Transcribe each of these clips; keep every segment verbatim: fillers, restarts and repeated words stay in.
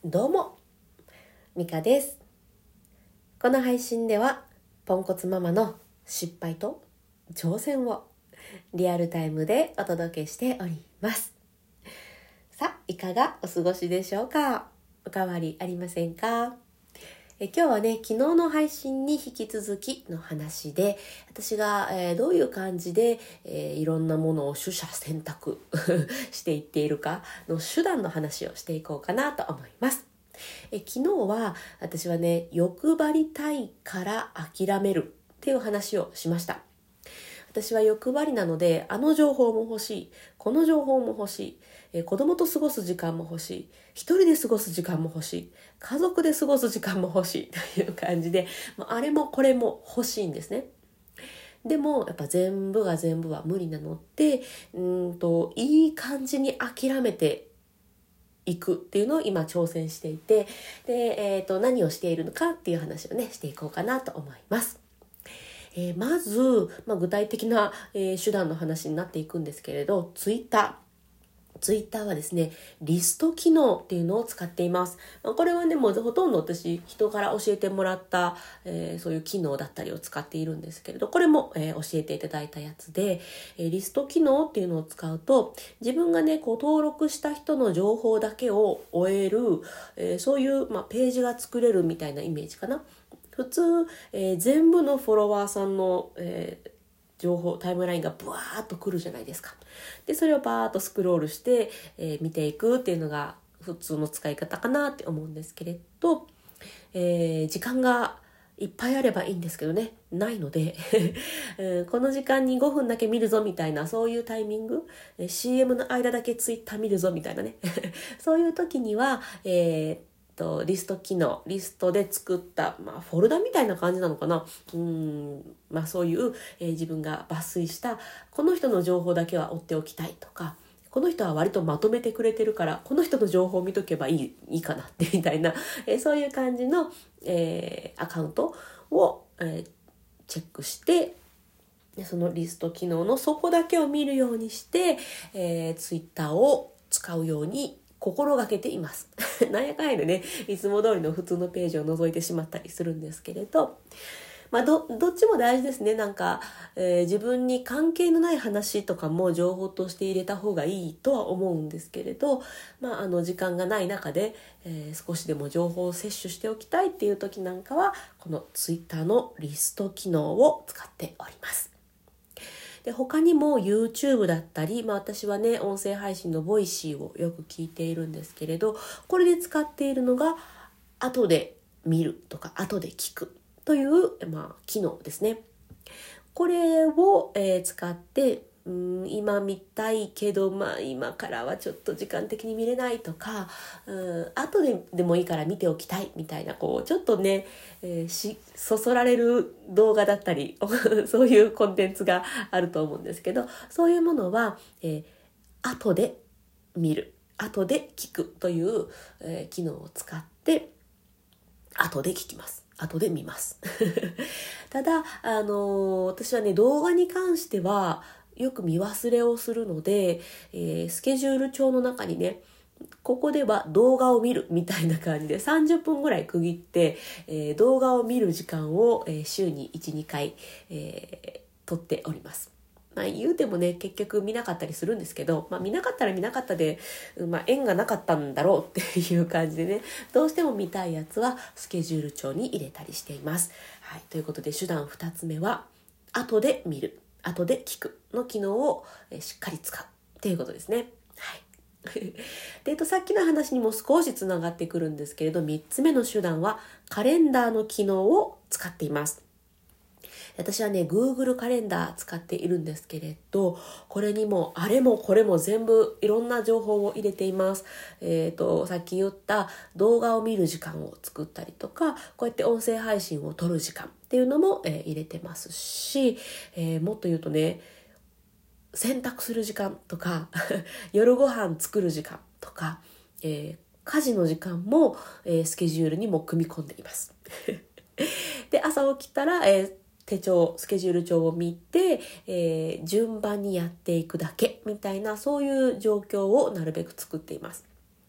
どうも、ミカです。この配信ではポンコツママの失敗と挑戦をリアルタイムでお届けしております。さあ、いかがお過ごしでしょうか？お変わりありませんか？え今日はね、昨日の配信に引き続きの話で、私が、えーどういう感じで、えーいろんなものを取捨選択していっているかの手段の話をしていこうかなと思います。え昨日は私はね、欲張りたいから諦めるっていう話をしました。私は欲張りなので、あの情報も欲しい、この情報も欲しい、え子供と過ごす時間も欲しい、一人で過ごす時間も欲しい、家族で過ごす時間も欲しいという感じで、あれもこれも欲しいんですね。でもやっぱ全部が全部は無理なので、うーんといい感じに諦めていくっていうのを今挑戦していて、で、えーと、何をしているのかっていう話をねしていこうかなと思います。えー、まず、まあ、具体的な、えー手段の話になっていくんですけれど、ツイッターツイッターはですね、リスト機能っていうのを使っています。まあこれはね、もうほとんど私、人から教えてもらった、えーそういう機能だったりを使っているんですけれど、これも、えー教えていただいたやつで、えーリスト機能っていうのを使うと、自分がね、こう登録した人の情報だけを終える、えーそういう、まあ、ページが作れるみたいなイメージかな。普通、えー全部のフォロワーさんの、えー情報タイムラインがブワーッと来るじゃないですか。でそれをバーッとスクロールして、えー見ていくっていうのが普通の使い方かなって思うんですけれど、えー時間がいっぱいあればいいんですけどね、ないので、うんこの時間にごふんだけ見るぞみたいな、そういうタイミング、えー シーエム の間だけツイッター見るぞみたいなねそういう時には、えーとリスト機能、リストで作った、まあ、フォルダみたいな感じなのかな。うーん、まあ、そういう、えー自分が抜粋したこの人の情報だけは追っておきたいとか、この人は割とまとめてくれてるからこの人の情報を見とけばいいいいかなってみたいな、えーそういう感じの、えーアカウントを、えーチェックして、でそのリスト機能のそこだけを見るようにして、えー、ツイッターを使うように心がけています。なんやかんやでね、いつも通りの普通のページを覗いてしまったりするんですけれど、まあ、どどっちも大事ですね。なんか、えー自分に関係のない話とかも情報として入れた方がいいとは思うんですけれど、まあ、あの時間がない中で、えー少しでも情報を摂取しておきたいっていう時なんかは、このツイッターのリスト機能を使っております。で他にも YouTube だったり、まあ、私はね音声配信のボイシーをよく聞いているんですけれど、これで使っているのが後で見るとか後で聞くという、まあ、機能ですね。これを、えー使ってうん今見たいけど、まあ、今からはちょっと時間的に見れないとか、うん後ででもいいから見ておきたいみたいな、こうちょっとね、えーしそそられる動画だったりそういうコンテンツがあると思うんですけど、そういうものは、えー後で見る後で聞くという、えー機能を使って後で聞きます。後で見ます。ただ、あのー私はね、動画に関してはよく見忘れをするので、えースケジュール帳の中にね、ここでは動画を見るみたいな感じでさんじゅっぷんぐらい区切って、えー動画を見る時間を、えー週にいち、にかい、えー、取っております。まあ言うてもね、結局見なかったりするんですけど、まあ見なかったら見なかったで、まあ縁がなかったんだろうっていう感じでね、どうしても見たいやつはスケジュール帳に入れたりしています。はい、ということで手段ふたつめは、後で見る、後で聞くの機能をえーしっかり使うっていうことですね。はい。で、えっと、さっきの話にも少しつながってくるんですけれど、みっつめの手段はカレンダーの機能を使っています。私はね、Google カレンダー使っているんですけれど、これにもあれもこれも全部いろんな情報を入れています。えっと、さっき言った動画を見る時間を作ったりとか、こうやって音声配信を撮る時間っていうのも、えー入れてますし、えーもっと言うとね、洗濯する時間とか夜ご飯作る時間とか、えー家事の時間も、えースケジュールにも組み込んでいますで、朝起きたら、えー手帳、スケジュール帳を見て、えー順番にやっていくだけみたいな、そういう状況をなるべく作っています。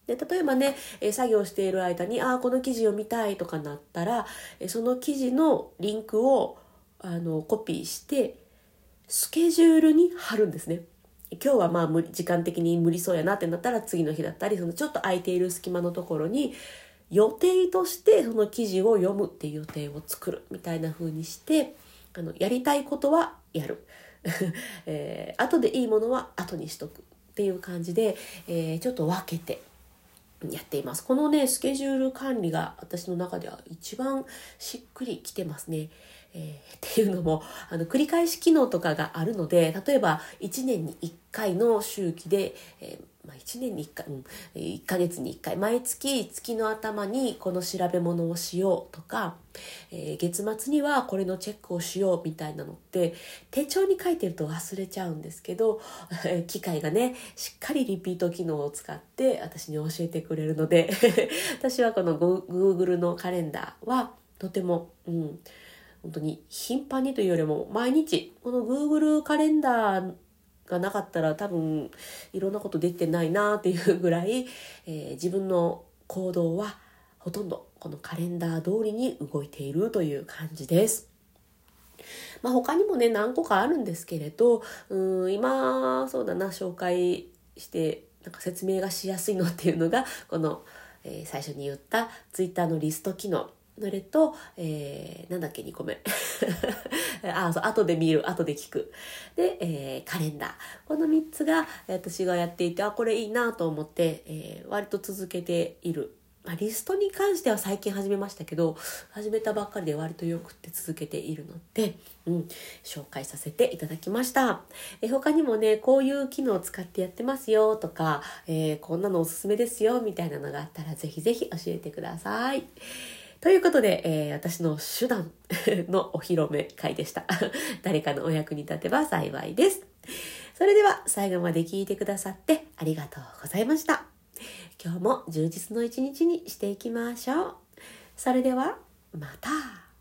で例えばね、え作業している間にあこの記事を見たいとかなったら、えその記事のリンクをあのコピーしてスケジュールに貼るんですね。今日はまあ時間的に無理そうやなってなったら次の日だったり、そのちょっと空いている隙間のところに予定としてその記事を読むっていう予定を作るみたいな風にして、あのやりたいことはやる、えー、後でいいものは後にしとくっていう感じで、えー、ちょっと分けてやっています。このねスケジュール管理が私の中では一番しっくりきてますね。えー、っていうのもあの繰り返し機能とかがあるので、例えばいちねんにいっかいの周期で、えーまあ、いちねんにいっかい、うん、いっかげつにいっかい毎月月の頭にこの調べ物をしようとか、えー、月末にはこれのチェックをしようみたいなのって手帳に書いてると忘れちゃうんですけど、機械がねしっかりリピート機能を使って私に教えてくれるので私はこの Google のカレンダーはとても、うん本当に頻繁にというよりも毎日この Google カレンダーがなかったら多分いろんなことできてないなっていうぐらい、えー、自分の行動はほとんどこのカレンダー通りに動いているという感じです。まあ、他にもね何個かあるんですけれど、うーん今そうだな紹介してなんか説明がしやすいのっていうのがこの、えー、最初に言った Twitter のリスト機能それと、えー、なんだっけにこめあそう後で見る後で聞くで、えー、カレンダーこのみっつが私がやっていてあこれいいなと思って、えー、割と続けている、まあ、リストに関しては最近始めましたけど始めたばっかりで割とよくって続けているので、うん、紹介させていただきました。えー、他にもねこういう機能を使ってやってますよとか、えー、こんなのおすすめですよみたいなのがあったらぜひぜひ教えてください。ということで、えー、私の手段のお披露目会でした。誰かのお役に立てば幸いです。それでは最後まで聞いてくださってありがとうございました。今日も充実の一日にしていきましょう。それではまた。